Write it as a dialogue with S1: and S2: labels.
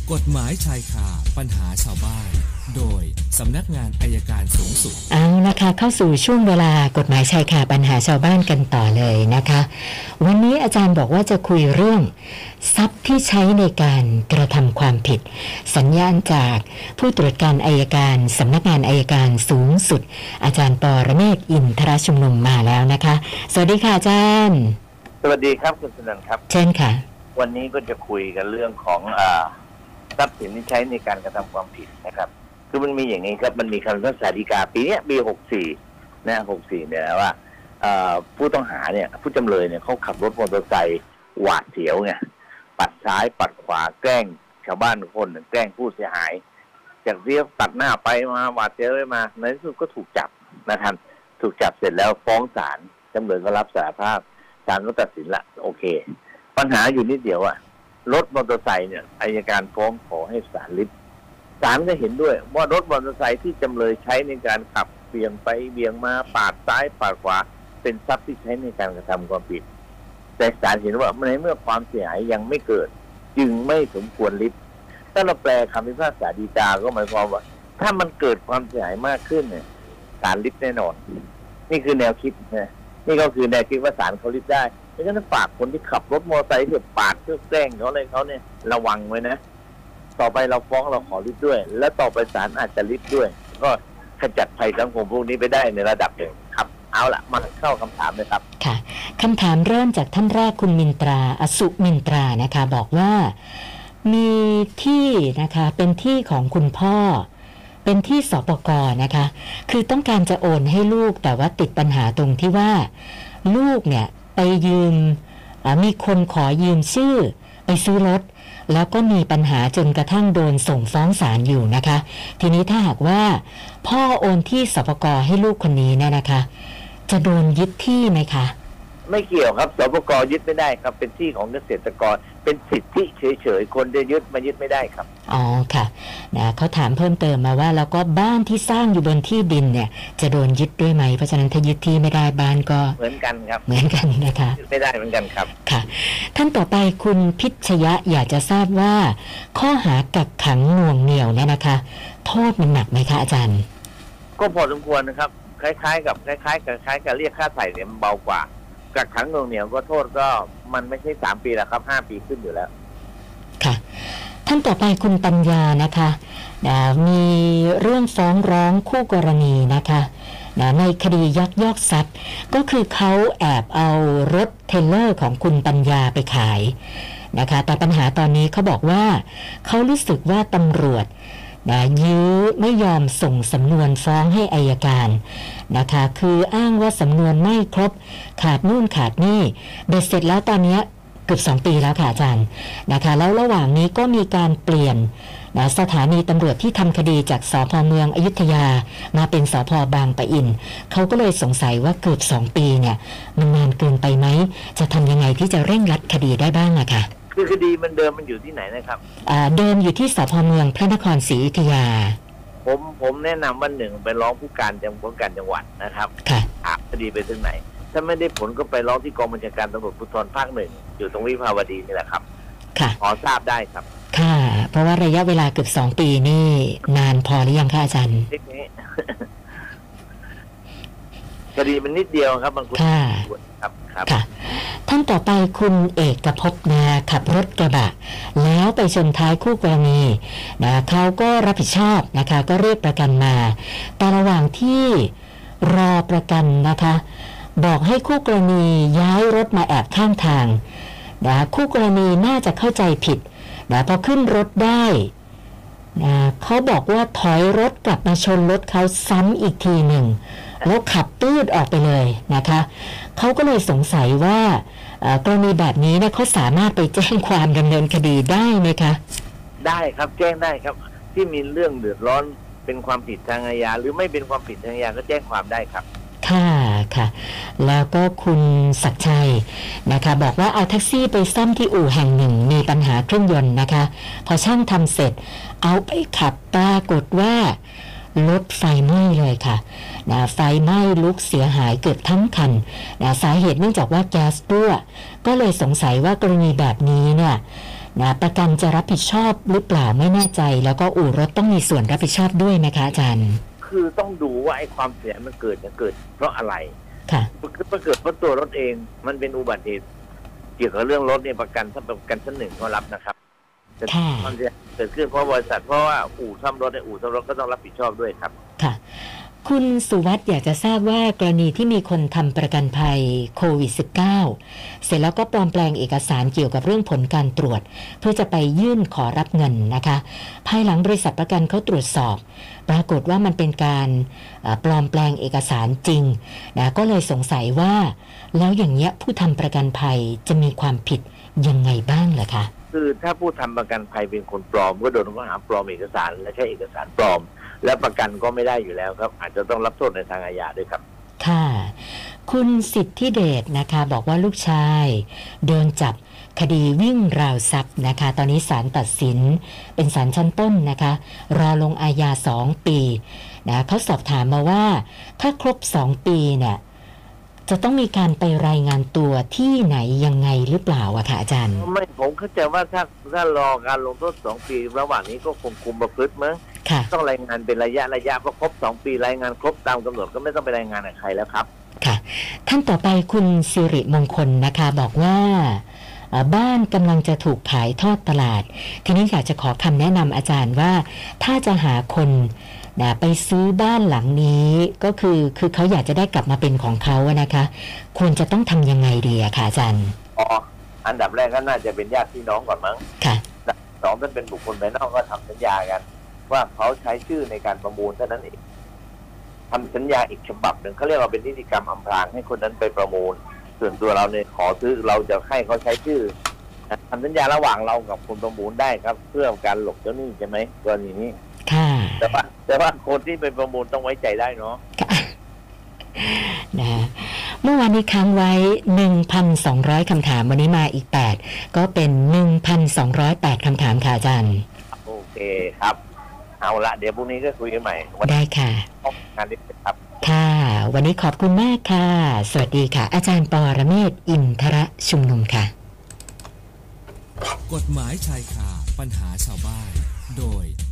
S1: กฎหมายชายคาปัญหาชาวบ้านโดยสำนักงานอัยการสูงสุด
S2: เอานะคะเข้าสู่ช่วงเวลากฎหมายชายคาปัญหาชาวบ้านกันต่อเลยนะคะวันนี้อาจารย์บอกว่าจะคุยเรื่องทรัพย์ที่ใช้ในการกระทำความผิดสัญญาณจากผู้ตรวจการอัยการสำนักงานอัยการสูงสุดอาจารย์ปรเมศวร์อินทรชุมนุมมาแล้วนะคะสวัสดีค่ะอาจารย์
S3: สวัสดีครับคุณสนันท์ครับ
S2: เช่นค่ะ
S3: วันนี้ก็จะคุยกันเรื่องของทรัพย์สินที่ใช้ในการกระทำความผิดนะครับคือมันมีอย่างนี้ครับมันมีคำพิพากษาฎีกาปีนี้ปี64นะ64เนี่ยว่าผู้ต้องหาเนี่ยผู้จำเลยเนี่ยเขาขับรถมอเตอร์ไซค์หวาดเสียวไงปัดซ้ายปัดขวาแกล้งชาวบ้านคนแกล้งผู้เสียหายจากเรียบตัดหน้าไปมาหวาดเสียวไปมาในที่สุดก็ถูกจับนะครับถูกจับเสร็จแล้วฟ้องศาลจำเลยก็รับสารภาพศาลก็ตัดสินละโอเคปัญหาอยู่นิดเดียวรถมอเตอร์ไซค์เนี่ยอัยการฟ้องขอให้ศาลริบศาลก็เห็นด้วยว่ารถมอเตอร์ไซค์ที่จำเลยใช้ในการขับเบี่ยงไปเบี่ยงมาปาดซ้ายปาดขวาเป็นทรัพย์ที่ใช้ในการกระทำความผิดแต่ศาลเห็นว่าในเมื่อความเสียหายยังไม่เกิดจึงไม่สมควรริบถ้าเราแปลคำพิพากษาฎีกาก็หมายความว่าถ้ามันเกิดความเสียหายมากขึ้นเนี่ยศาลริบแน่นอนนี่คือแนวคิดนะนี่ก็คือแนวคิดว่าศาลเขาริบได้ไม่งั้นฝากคนที่ขับรถมอเตอร์ไซค์เพื่อปาดเพื่อแกล้งเขาเลยเขาเนี่ยระวังไว้นะต่อไปเราฟ้องเราขอริบด้วยและต่อไปศาลอาจจะริบด้วยก็ขจัดภัยสังคมพวกนี้ไปได้ในระดับหนึ่งครับเอาละมาเข้าคำถามเลยครับ
S2: ค่ะคำถามเริ่มจากท่านแรกคุณมินตราอสุมินตรานะคะบอกว่ามีที่นะคะเป็นที่ของคุณพ่อเป็นที่สปก.นะคะคือต้องการจะโอนให้ลูกแต่ว่าติดปัญหาตรงที่ว่าลูกเนี่ยไปยืมมีคนขอยืมชื่อไปซื้อรถแล้วก็มีปัญหาจนกระทั่งโดนส่งฟ้องศาลอยู่นะคะทีนี้ถ้าหากว่าพ่อโอนที่สปก.ให้ลูกคนนี้เนี่ยนะคะจะโดนยึดที่ไหมคะ
S3: ไม่เกี่ยวครับสปก.ยึดไม่ได้ครับเป็นที่ของเกษตรกรเป็นสิทธิเฉยๆคนจะยึดมายึดไม่ได้ครับ
S2: อ๋อค่ะนะเขาถามเพิ่มเติมมาว่าแล้วก็บ้านที่สร้างอยู่บนที่ดินเนี่ยจะโดนยึดด้วยไหมเพราะฉะนั้นถ้ายึดที่ไม่ได้บ้านก็
S3: เหมือนกันครับ
S2: เหมือนกันนะคะ
S3: ยึดไม่ได้เหมือนกันครับ
S2: ค่ะท่านต่อไปคุณพิชยะอยากจะทราบว่าข้อหากักขังหน่วงเหนี่ยวเนี่ยนะคะโทษมันหนักไหมคะอาจารย์
S3: ก็พอสมควรนะครับคล้ายๆกับเรียกค่าไถ่เนี่ยมันเบากว่ากักขังหน่วงเหนี่ยวก็โทษก็มันไม่ใช่3 ปีแล้วครับ5 ปีขึ้นอยู่แล้ว
S2: ค่ะท่านต่อไปคุณปัญญานะคะมีเรื่องฟ้องร้องคู่กรณีนะคะในคดียักยอกทรัพย์ก็คือเขาแอบเอารถเทรลเลอร์ของคุณปัญญาไปขายนะคะแต่ปัญหาตอนนี้เขาบอกว่าเขารู้สึกว่าตำรวจยื้อไม่ยอมส่งสำนวนฟ้องให้อัยการนะคะคืออ้างว่าสำนวนไม่ครบขาดนู่นขาดนี่เบ็ดเสร็จแล้วตอนนี้เกือบ2 ปีแล้วค่ะอาจารย์นะคะแล้วระหว่างนี้ก็มีการเปลี่ยนสถานีตำรวจที่ทำคดีจากสภ.เมืองอยุธยามาเป็นสภ.บางปะอินเขาก็เลยสงสัยว่าเกือบ2 ปีเนี่ยมันนานเกินไปไหมจะทำยังไงที่จะเร่งรัดคดีได้บ้างอะค่ะ
S3: คือคดีมันเดิมมันอยู่ที่ไหนนะครับ
S2: เดิมอยู่ที่สภ.เมืองพระนครศรีอยุธยา
S3: ผมแนะนำว่า1ไปร้องผู้การจังหวัดนะครับคดีไปถึงไหนถ้าไม่ได้ผลก็ไปร้องที่กองบัญชาการตำรวจภูธรภาค 1อยู่ตรงวิภาวดีนี่แหละครับ
S2: ค่ะ
S3: ขอทราบได้ครับ
S2: ค่ะเพราะว่าระยะเวลาเกือบ2 ปีนี่นานพอหรือยังคะอาจารย์
S3: คดีมันนิดเดียวครับบางคน
S2: ครับค่ะท่านต่อไปคุณเอกภพขับรถกระบะแล้วไปชนท้ายคู่กรณีเขาก็รับผิดชอบนะคะก็เรียกประกันมาแต่ระหว่างที่รอประกันนะคะบอกให้คู่กรณีย้ายรถมาแอบข้างทางคู่กรณีน่าจะเข้าใจผิดพอขึ้นรถได้เขาบอกว่าถอยรถกลับมาชนรถเขาซ้ำอีกทีหนึ่งแล้วขับปื้ดออกไปเลยนะคะเขาก็เลยสงสัยว่ากรณีแบบนี้เนี่ยเขาสามารถไปแจ้งความดำเนินคดีได้ไหมคะ
S3: ได้ครับแจ้งได้ครับที่มีเรื่องเดือดร้อนเป็นความผิดทางอาญาหรือไม่เป็นความผิดทางอาญาก็แจ้งความได้ครับ
S2: ค่ะแล้วก็คุณศักดิ์ชัยนะคะบอกว่าเอาแท็กซี่ไปซ่อมที่อู่แห่งหนึ่งมีปัญหาเครื่องยนต์นะคะพอช่างทำเสร็จเอาไปขับปรากฏว่ารถไฟไหม้เลยค่ะไฟไหม้ลุกเสียหายเกือบทั้งคันสาเหตุเนื่องจากว่าแก๊สรั่วก็เลยสงสัยว่ากรณีแบบนี้เนี่ยนะประกันจะรับผิดชอบหรือเปล่าไม่แน่ใจแล้วก็อู่รถต้องมีส่วนรับผิดชอบด้วยไหมคะอาจารย์
S3: คือต้องดูว่าไอ้ความเสียมันเกิดเพราะอะไร
S2: ค่ะ
S3: มันเกิดเพราะตัวรถเองมันเป็นอุบัติเหตุเกี่ยวกับเรื่องรถเนี่ยประกันถ้าประกันชั้นหนึ่งก็รับนะครับแต่ความเสียเกิดขึ้นเพราะบริษัทเพราะว่าอู่ซ่อมรถในอู่ซ่อมรถก็ต้องรับผิดชอบด้วยครับ
S2: ค่ะคุณสุวัฒน์อยากจะทราบว่ากรณีที่มีคนทำประกันภัยโควิด -19 เสร็จแล้วก็ปลอมแปลงเอกสารเกี่ยวกับเรื่องผลการตรวจเพื่อจะไปยื่นขอรับเงินนะคะภายหลังบริษัทประกันเขาตรวจสอบปรากฏว่ามันเป็นการปลอมแปลงเอกสารจริงนะก็เลยสงสัยว่าแล้วอย่างเงี้ยผู้ทำประกันภัยจะมีความผิดยังไงบ้างล่ะคะ
S3: คือถ้าผู้ทำประกันภัยเป็นคนปลอมก็โดนข้อหาปลอมเอกสารและใช้เอกสารปลอมและประกันก็ไม่ได้อยู่แล้วครับอาจจะต้องรับโทษในทางอาญาด้วยครับ
S2: ค่ะคุณสิทธิเดชนะคะบอกว่าลูกชายโดนจับคดีวิ่งราวทรัพย์นะคะตอนนี้ศาลตัดสินเป็นศาลชั้นต้นนะคะรอลงอาญา2 ปีนะเขาสอบถามมาว่าถ้าครบ2 ปีเนี่ยจะต้องมีการไปรายงานตัวที่ไหนยังไงหรือเปล่าอะค่ะอาจารย์
S3: ไม่ผมเข้าใจว่าถ้ารอการลงโทษ2 ปีระหว่างนี้ก็คงคุมประพฤติมั้งต้องรายงานเป็นระยะพอครบ2 ปีรายงานครบตามกำหนดก็ไม่ต้องไปรายงานกับใครแล้วครับ
S2: ค่ะท่านต่อไปคุณสิริมงคลนะคะบอกว่าบ้านกำลังจะถูกขายทอดตลาดทีนี้อยากจะขอคำแนะนำอาจารย์ว่าถ้าจะหาคนไปซื้อบ้านหลังนี้ก็คือเขาอยากจะได้กลับมาเป็นของเขาอะนะคะควรจะต้องทำยังไงดีอะคะอาจารย์
S3: อันดับแรกก็น่าจะเป็นญาติพี่น้องก่อนมั้ง
S2: ค่ะ
S3: 2ถ้าเป็นบุคคลภายนอกก็ทำสัญญากันว่าเขาใช้ชื่อในการประมูลเท่านั้นเองทำสัญญาอีกฉบับหนึ่งเขาเรียกว่าเป็นนิติกรรมอำพรางให้คนนั้นไปประมูลส่วนตัวเราเนี่ยขอซื้อเราจะให้เขาใช้ชื่อทำสัญญาระหว่างเรากับคนประมูลได้ครับเพื่อการหลบเจ้าหนี้ใช่ไหมกรณีนี้แต่ว่าคนที่ไปประมูลต้องไว้ใจได้เนาะ
S2: นะเมื่อวานนี้ค้างไว้ 1,200 คำถามวันนี้มาอีก8ก็เป็น 1,208 คำถามค่ะอาจารย์
S3: โอเคครับเอาละเดี๋ยวพรุ่งนี้ก็คุยกันใหม่
S2: ได้ค่ะ
S3: งานนี้ครับ
S2: ค่ะวันนี้ขอบคุณมากค่ะสวัสดีค่ะอาจารย์ปรเมศวร์อินทรชุมนุมค่ะ
S1: กฎหมายชายคาปัญหาชาวบ้านโดย